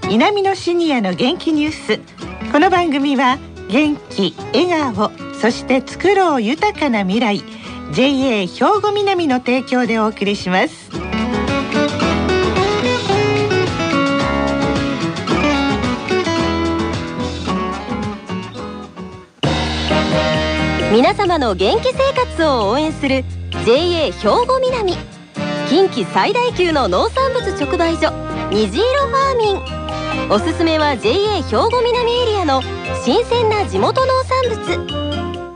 南のシニアの元気ニュース。この番組は元気、笑顔、そして作ろう豊かな未来 JA 兵庫南の提供でお送りします。 皆様の元気生活を応援する JA 兵庫南、近畿最大級の農産物直売所虹色ファーミン。おすすめは JA 兵庫南エリアの新鮮な地元農産物。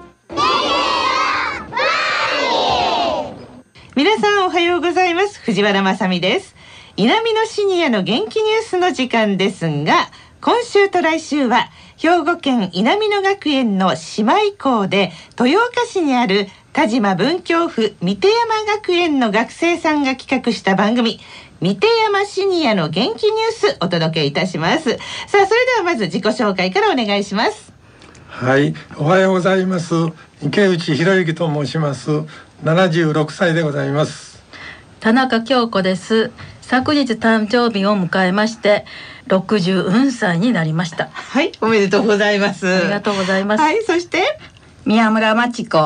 皆さんおはようございます。藤原まさみです。南のシニアの元気ニュースの時間ですが、今週と来週は兵庫県稲美野学園の姉妹校で豊岡市にある田島文京区三手山学園の学生さんが企画した番組、三手山シニアの元気ニュースお届けいたします。さあ、それではまず自己紹介からお願いします。 はい、おはようございます。池内博之と申します。76歳でございます。 田中京子です。昨日誕生日を迎えまして60歳になりました。 はい、おめでとうございます。 ありがとうございます。 はい、そして宮村真知子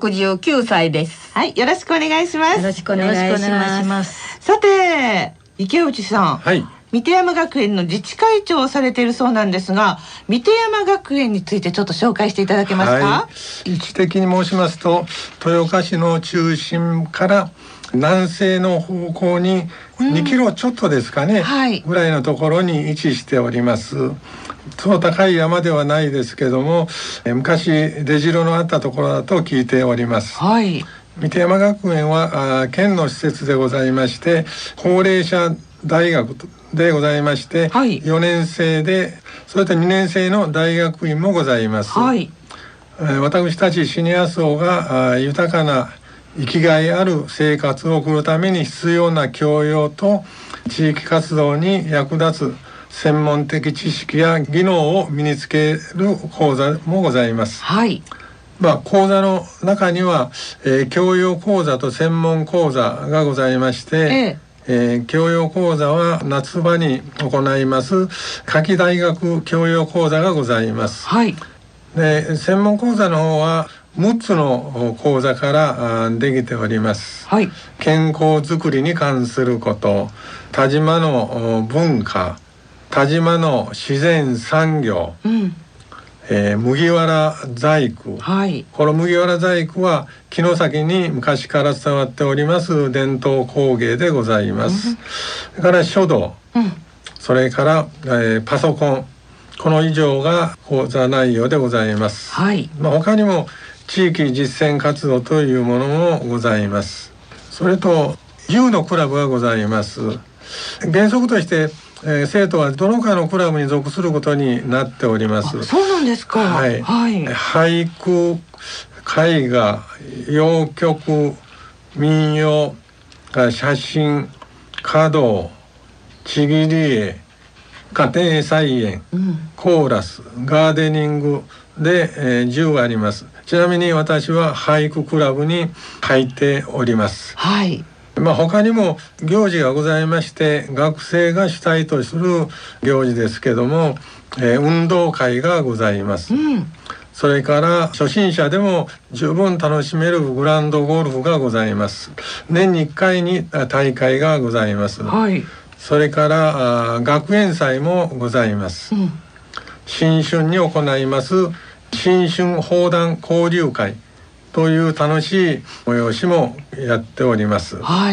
69歳です。 はい、よろしくお願いします。 よろしくお願いします。 さて、池内さん、 はい、 三手山学園の自治会長をされているそうなんですが、三手山学園についてちょっっと紹介していただけますか？ はい、位置的に申しますと、豊岡市の中心から南西の方向に2キロちょっとですかね、 はい、 ぐらいのところに位置しております。そう高い山ではないですけども、昔出城のあったところだと聞いております。 はい、 三手山学園は県の施設でございまして、高齢者大学でございまして、 はい、 4年生でそれと2年生の大学院もございます。 はい、 私たちシニア層が豊かな生きがいある生活を送るために必要な教養と地域活動に役立つ専門的知識や技能を身につける講座もございます。 はい、 講座の中には、教養講座と専門講座がございまして、教養講座は夏場に行います夏季大学教養講座がございます。 はい、 で専門講座の方は6つの講座からできております。 はい、 健康づくりに関すること、田島の文化、田島の自然産業、麦わら細工、 はい、 この麦わら細工は城崎に昔から伝わっております伝統工芸でございます。それから書道、それから、パソコン、この以上が講座内容でございます。 はい、 他にも地域実践活動というものもございます。それと柔道クラブがございます。原則として、生徒はどのかのクラブに属することになっております。 そうなんですか？ はい、 はい、 俳句、絵画、謡曲、民謡、写真、華道、ちぎり絵、家庭菜園、コーラス、ガーデニングで、10あります。ちなみに私は俳句クラブに入っております。 はい、 他にも行事がございまして、学生が主体とする行事ですけども、運動会がございます。それから初心者でも十分楽しめるグランドゴルフがございます。年に1回に大会がございます。 はい、 それから学園祭もございます。新春に行います新春砲弾交流会という楽しい催しもやっております。 はい、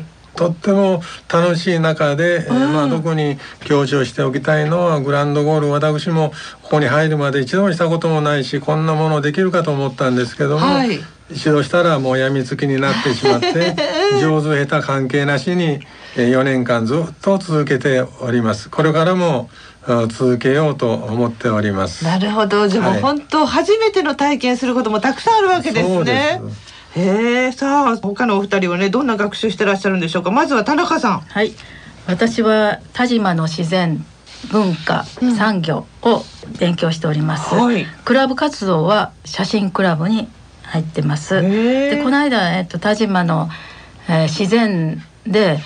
とっても楽しい中で、特に強調しておきたいのはグランドゴール、私もここに入るまで一度もしたこともないし、こんなものできるかと思ったんですけども、 はい、 一度したらもうやみつきになってしまって上手下手関係なしに4年間ずっと続けております。これからも続けようと思っております。 なるほど。じゃあもう本当初めての体験することもたくさんあるわけですね。 そうです。 さあ他のお二人はね、どんな学習してらっしゃるんでしょうか？まずは田中さん。 はい、私は田島の自然文化、産業を勉強しております。 はい、 クラブ活動は写真クラブに入ってます。でこの間、田島の、自然で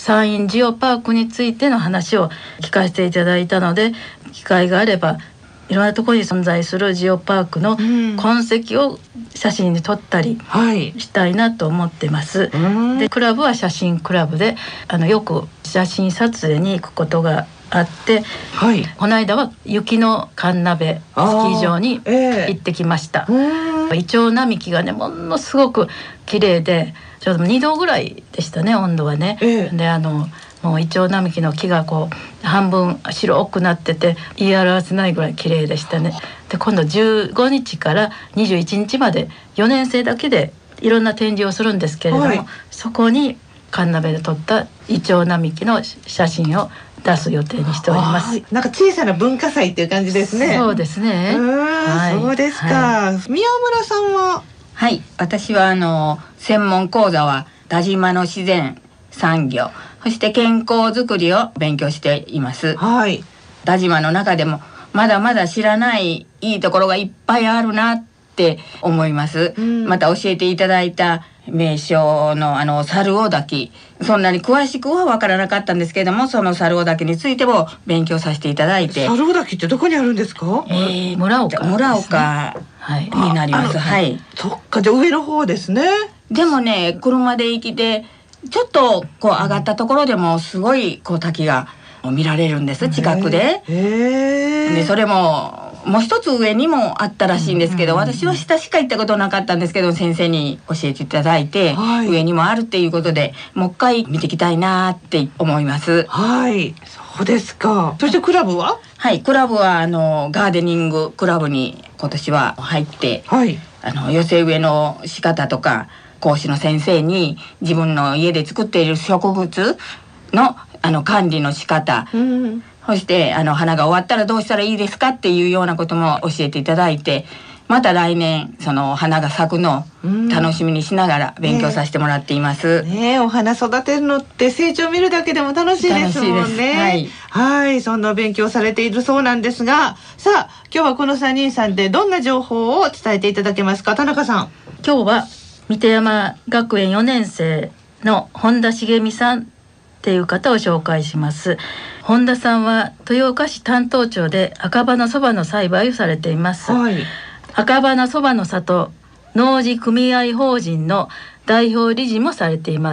山陰ジオパークについての話を聞かせていただいたので、機会があればいろんなところに存在するジオパークの痕跡を写真に撮ったりしたいなと思ってます。でクラブは写真クラブでよく写真撮影に行くことがあって、この間は雪の神鍋スキー場に行ってきました。イチョウ並木がねものすごく綺麗で、ちょうど2度ぐらいでしたね、温度はね。でもうイチョウ並木の木がこう半分白くなってて言い表せないぐらい綺麗でしたね。で今度15日から21日まで4年生だけでいろんな展示をするんですけれども、そこに神鍋で撮ったイチョウ並木の写真を出す予定にしております。 なんか小さな文化祭っていう感じですね。 そうですね。 そうですか。宮村さんは？ はい、私は専門講座は田島の自然産業、そして健康づくりを勉強しています。田島の中でもまだまだ知らないいいところがいっぱいあるなって思います。また教えていただいた名所の猿尾滝、そんなに詳しくは分からなかったんですけれども、その猿尾滝についても勉強させていただいて。 猿尾滝ってどこにあるんですか？ 村岡になります。 そっか、じゃあ上の方ですね。 でもね、車で行きでちょっとこう上がったところでもすごいこう滝が見られるんです、近くで。でそれももう一つ上にもあったらしいんですけど、私は下しか行ったことなかったんですけど、先生に教えていただいて、上にもあるっていうことでもう一回見ていきたいなって思います。 そうですか。そしてクラブは？ クラブはガーデニングクラブに今年は入って、寄せ植えの仕方とか講師の先生に自分の家で作っている植物の管理の仕方、そして花が終わったらどうしたらいいですかっていうようなことも教えていただいて、また来年その花が咲くのを楽しみにしながら勉強させてもらっています。 お花育てるのって成長見るだけでも楽しいですもんね。そんな勉強されているそうなんですが、さあ今日はこの3人さんでどんな情報を伝えていただけますか？田中さん。 今日は三手山学園4年生の本田茂美さんっていう方を紹介します。本田さんは豊岡市担当町で赤花そばの栽培をされています。赤花そばの里農事組合法人の代表理事もされています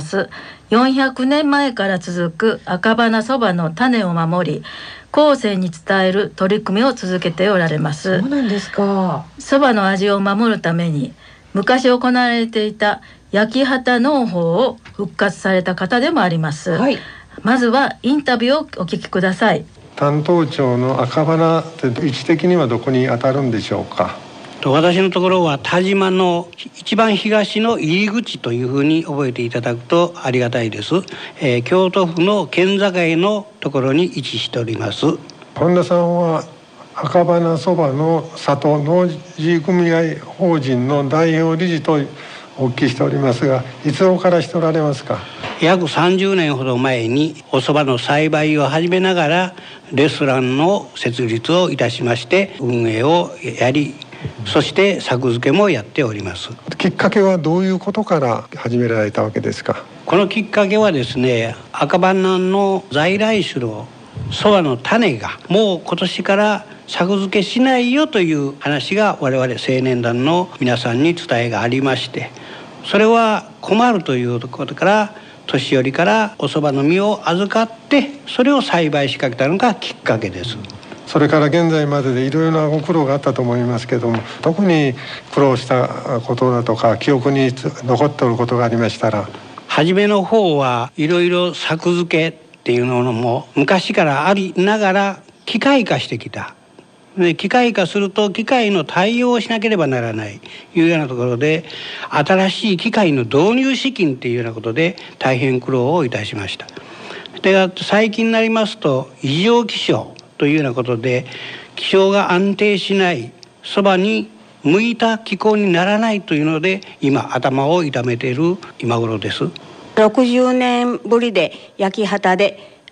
。400年前から続く赤花そばの種を守り後世に伝える取り組みを続けておられます。 そうなんですか。 そばの味を守るために昔行われていた焼き畑農法を復活された方でもあります。まずはインタビューをお聞きください。 担当町の赤花って位置的にはどこに当たるんでしょうか？ 私のところは田島の一番東の入り口というふうに覚えていただくとありがたいです。京都府の県境のところに位置しております。 本田さんは赤花そばの里農事組合法人の代表理事とお聞きしておりますが、いつ頃からしておられますか？ 約30年ほど前におそばの栽培を始めながらレストランの設立をいたしまして運営をやり、そして作付けもやっております。 きっかけはどういうことから始められたわけですか？ このきっかけはですね、赤花の在来種のそばの種がもう今年から作付けしないよという話が我々青年団の皆さんに伝えがありまして、それは困るということから年寄りからおそばの実を預かってそれを栽培しかけたのがきっかけです。 それから現在まででいろいろなご苦労があったと思いますけども、特に苦労したことだとか記憶に残っていることがありましたら。 初めの方はいろいろ作付けっていうのも昔からありながら機械化してきた。で機械化すると機械の対応をしなければならないというようなところで、新しい機械の導入資金っていうようなことで大変苦労をいたしました。で最近になりますと異常気象というようなことで気象が安定しないそばに向いた気候にならないというので今頭を痛めている今頃です。 60年ぶりで焼き畑で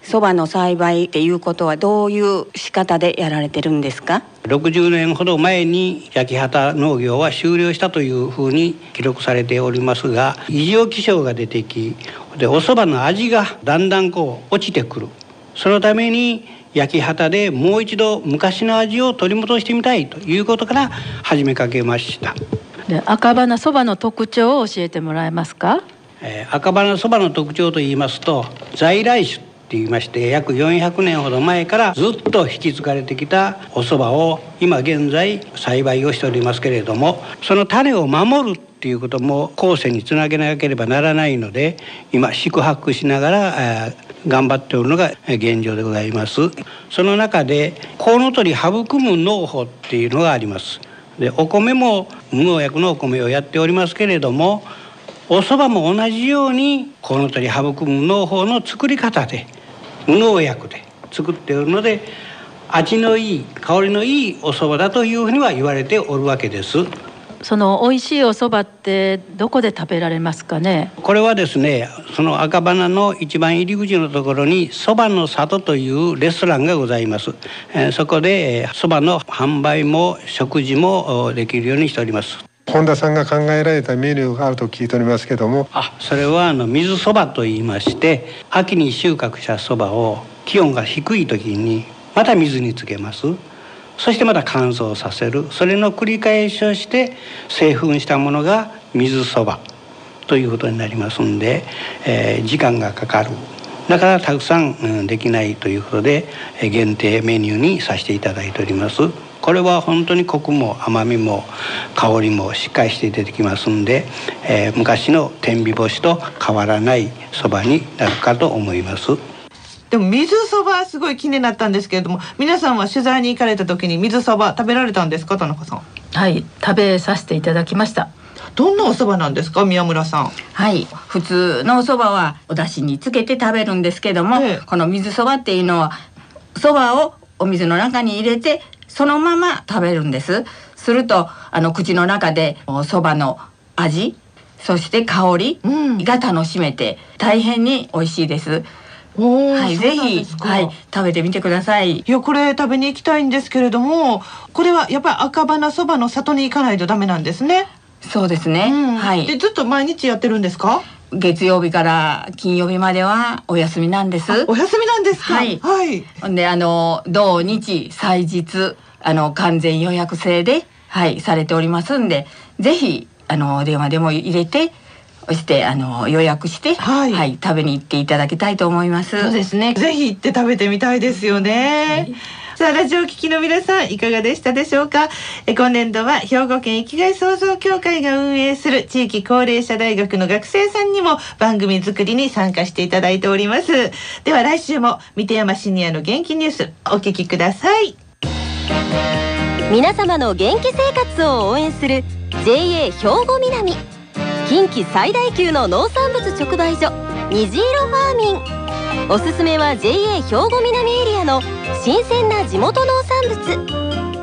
そばの栽培っていうことはどういう仕方でやられてるんですか ？60年ほど前に焼き畑農業は終了したというふうに記録されておりますが、異常気象が出てき、でお蕎麦の味がだんだん落ちてくる。そのために焼き畑でもう一度昔の味を取り戻してみたいということから始めかけました。 で赤花そばの特徴を教えてもらえますか？ 赤花そばの特徴といいますと、在来種って言いまして、約400年ほど前からずっと引き継がれてきたお蕎麦を今現在栽培をしておりますけれども、その種を守るっていうことも後世につなげなければならないので、今宿泊しながら頑張っておるのが現状でございます。その中でコウノトリ育む農法っていうのがあります。でお米も無農薬のお米をやっておりますけれども、お蕎麦も同じようにコウノトリ育む農法の作り方で無農薬で作っているので、味のいい香りのいいお蕎麦だというふうには言われておるわけです。 その美味しいお蕎麦ってどこで食べられますかね？ これはですね、その赤花の一番入り口のところに蕎麦の里というレストランがございます。そこで蕎麦の販売も食事もできるようにしております。 本田さんが考えられたメニューがあると聞いておりますけども。 それは水そばと言いまして、秋に収穫したそばを気温が低い時にまた水につけます。そしてまた乾燥させる。それの繰り返しをして製粉したものが水そばということになりますんで、時間がかかる。だからたくさん、できないということで限定メニューにさせていただいております。これは本当にコクも甘みも香りもしっかりして出てきますんで、昔の天日干しと変わらないそばになるかと思います。 でも水そばすごい気になったんですけれども、皆さんは取材に行かれた時に水そば食べられたんですか？田中さん。 はい、食べさせていただきました。 どんなお蕎麦なんですか、宮村さん？ はい、普通のお蕎麦はお出汁につけて食べるんですけども、この水そばっていうのは蕎麦をお水の中に入れてそのまま食べるんです。すると口の中で蕎麦の味、そして香りが楽しめて大変に美味しいです。はい、ぜひ、はい、食べてみてください。 いや、これ食べに行きたいんですけれども、これはやっぱり赤花そばの里に行かないとダメなんですね。 そうですね、はい。 でずっと毎日やってるんですか？ 月曜日から金曜日まではお休みなんです。 お休みなんですか？ はい、はい。で土日祭日完全予約制で、はい、されておりますんで、ぜひ電話でも入れてそして予約して、はいはい、食べに行っていただきたいと思います。 そうですね、ぜひ行って食べてみたいですよね、はい。さあ、ラジオ聴きの皆さんいかがでしたでしょうか？今年度は兵庫県生きがい創造協会が運営する地域高齢者大学の学生さんにも番組作りに参加していただいております。では来週も三手山シニアの元気ニュースお聞きください。 皆様の元気生活を応援する JA 兵庫南、近畿最大級の農産物直売所虹色ファーミン。おすすめは JA 兵庫南エリアの新鮮な地元農産物。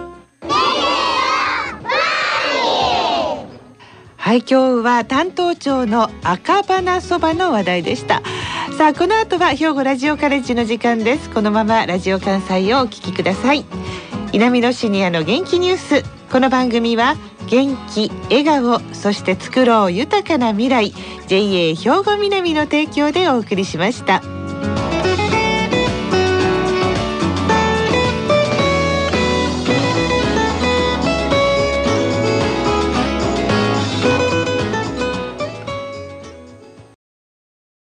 はい、今日は担当長の赤花そばの話題でした。さあ、この後は兵庫ラジオカレッジの時間です。このままラジオ関西をお聞きください。南のシニアの元気ニュース。この番組は元気、笑顔、そして作ろう豊かな未来 JA 兵庫南の提供でお送りしました。